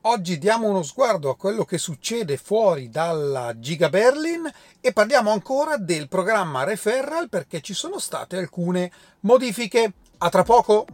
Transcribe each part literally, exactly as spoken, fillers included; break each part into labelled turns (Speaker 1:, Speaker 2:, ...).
Speaker 1: Oggi diamo uno sguardo a quello che succede fuori dalla Giga Berlin e parliamo ancora del programma Referral perché ci sono state alcune modifiche. A tra poco!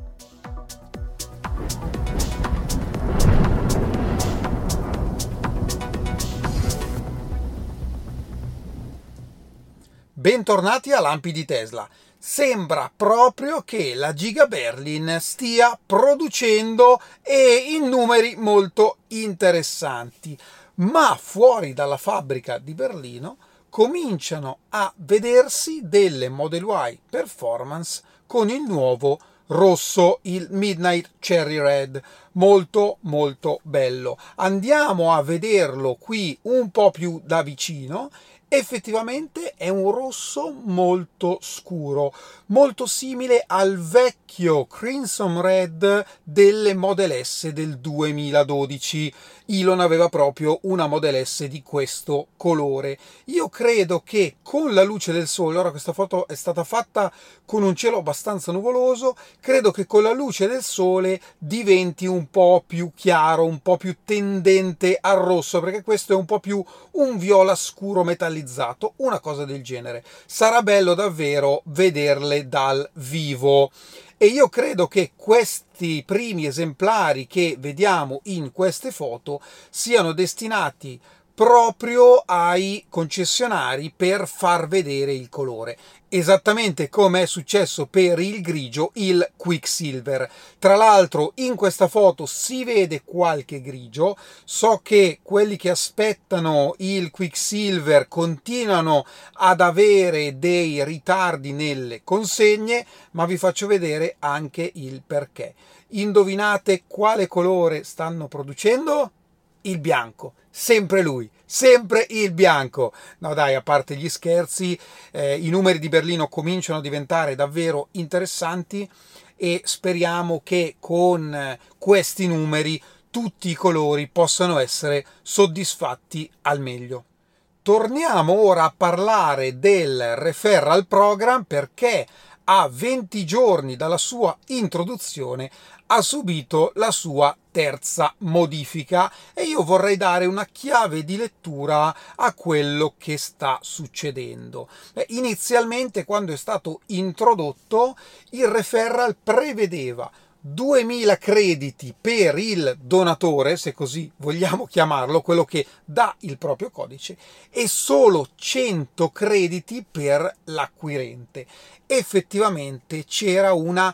Speaker 1: Bentornati a Lampi di Tesla. Sembra proprio che la Giga Berlin stia producendo e in numeri molto interessanti, ma fuori dalla fabbrica di Berlino cominciano a vedersi delle Model Y Performance con il nuovo rosso, il Midnight Cherry Red, molto molto bello. Andiamo a vederlo qui un po' più da vicino. Effettivamente è un rosso molto scuro, molto simile al vecchio Crimson Red delle Model S del duemiladodici. Elon aveva proprio una Model S di questo colore. Io credo che con la luce del sole, ora questa foto è stata fatta con un cielo abbastanza nuvoloso, credo che con la luce del sole diventi un po' più chiaro, un po' più tendente al rosso, perché questo è un po' più un viola scuro metallizzato, una cosa del genere. Sarà bello davvero vederle dal vivo. E io credo che questi primi esemplari che vediamo in queste foto siano destinati proprio ai concessionari per far vedere il colore, esattamente come è successo per il grigio, il Quicksilver. Tra l'altro in questa foto si vede qualche grigio, so che quelli che aspettano il Quicksilver continuano ad avere dei ritardi nelle consegne, ma vi faccio vedere anche il perché. Indovinate quale colore stanno producendo? Il bianco, sempre lui, sempre il bianco. No dai, a parte gli scherzi, eh, i numeri di Berlino cominciano a diventare davvero interessanti e speriamo che con questi numeri tutti i colori possano essere soddisfatti al meglio. Torniamo ora a parlare del Referral Program perché a venti giorni dalla sua introduzione ha subito la sua terza modifica e io vorrei dare una chiave di lettura a quello che sta succedendo. Beh, inizialmente, quando è stato introdotto, il Referral prevedeva duemila crediti per il donatore, se così vogliamo chiamarlo, quello che dà il proprio codice, e solo cento crediti per l'acquirente. Effettivamente c'era una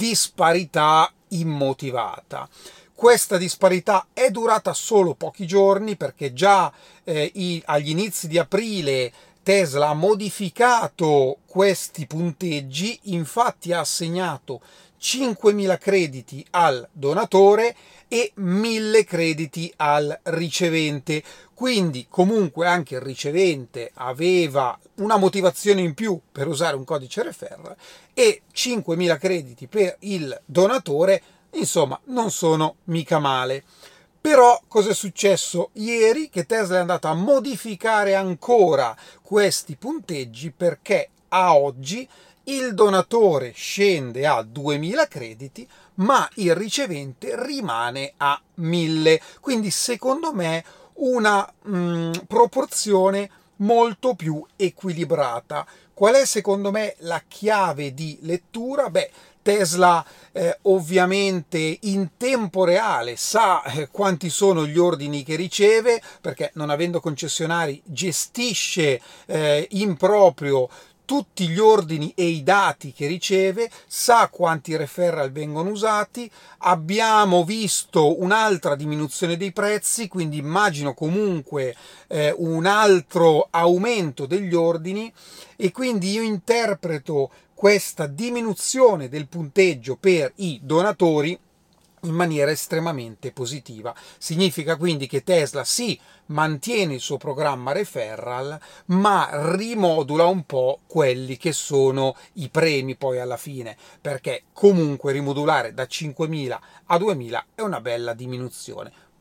Speaker 1: disparità immotivata. Questa disparità è durata solo pochi giorni perché già eh, i, agli inizi di aprile Tesla ha modificato questi punteggi, infatti ha assegnato cinquemila crediti al donatore e mille crediti al ricevente. Quindi comunque anche il ricevente aveva una motivazione in più per usare un codice Referral e cinquemila crediti per il donatore, insomma, non sono mica male. Però cosa è successo ieri? Che Tesla è andata a modificare ancora questi punteggi perché a oggi il donatore scende a duemila crediti, ma il ricevente rimane a mille. Quindi secondo me una mh, proporzione molto più equilibrata. Qual è secondo me la chiave di lettura? Beh, Tesla eh, ovviamente in tempo reale sa eh, quanti sono gli ordini che riceve, perché non avendo concessionari gestisce eh, in proprio tutti gli ordini e i dati che riceve, sa quanti referral vengono usati. Abbiamo visto un'altra diminuzione dei prezzi, quindi immagino comunque eh, un altro aumento degli ordini e quindi io interpreto questa diminuzione del punteggio per i donatori in maniera estremamente positiva. Significa quindi che Tesla sì, mantiene il suo programma Referral, ma rimodula un po' quelli che sono i premi poi alla fine, perché comunque rimodulare da cinquemila a duemila è una bella diminuzione.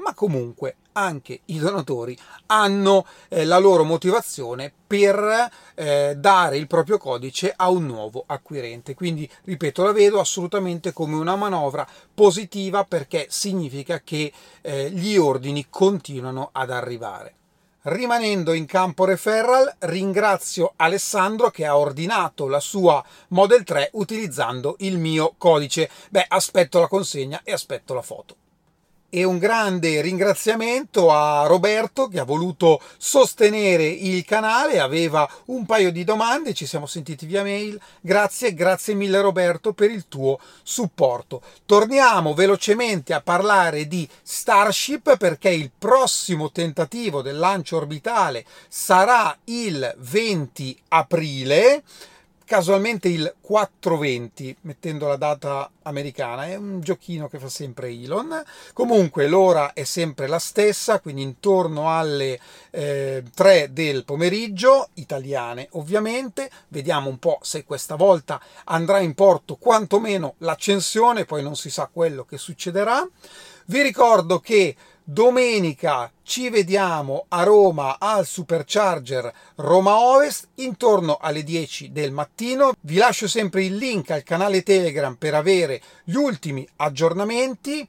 Speaker 1: ma comunque anche i donatori hanno eh, la loro motivazione per eh, dare il proprio codice a un nuovo acquirente. Quindi, ripeto, la vedo assolutamente come una manovra positiva, perché significa che eh, gli ordini continuano ad arrivare. Rimanendo in campo referral, ringrazio Alessandro che ha ordinato la sua Model tre utilizzando il mio codice. Beh, aspetto la consegna e aspetto la foto. E un grande ringraziamento a Roberto che ha voluto sostenere il canale, aveva un paio di domande, ci siamo sentiti via mail. Grazie, grazie mille Roberto per il tuo supporto. Torniamo velocemente a parlare di Starship, perché il prossimo tentativo del lancio orbitale sarà il venti aprile. Casualmente il quattro venti, mettendo la data americana, è un giochino che fa sempre Elon. Comunque l'ora è sempre la stessa, quindi intorno alle eh, tre del pomeriggio, italiane ovviamente. Vediamo un po' se questa volta andrà in porto quantomeno l'accensione, poi non si sa quello che succederà. Vi ricordo che domenica ci vediamo a Roma al Supercharger Roma Ovest intorno alle dieci del mattino. Vi lascio sempre il link al canale Telegram per avere gli ultimi aggiornamenti.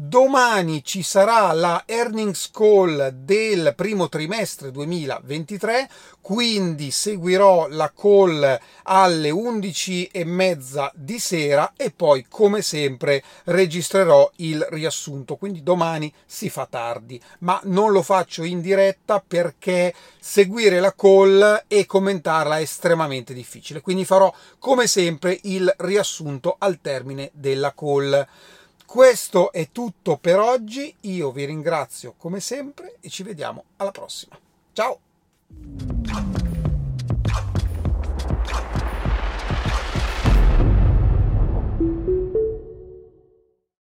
Speaker 1: Domani ci sarà la earnings call del primo trimestre duemilaventitré, quindi seguirò la call alle undici e mezza di sera e poi, come sempre, registrerò il riassunto. Quindi domani si fa tardi, ma non lo faccio in diretta perché seguire la call e commentarla è estremamente difficile. Quindi farò, come sempre, il riassunto al termine della call. Questo è tutto per oggi, io vi ringrazio come sempre e ci vediamo alla prossima. Ciao!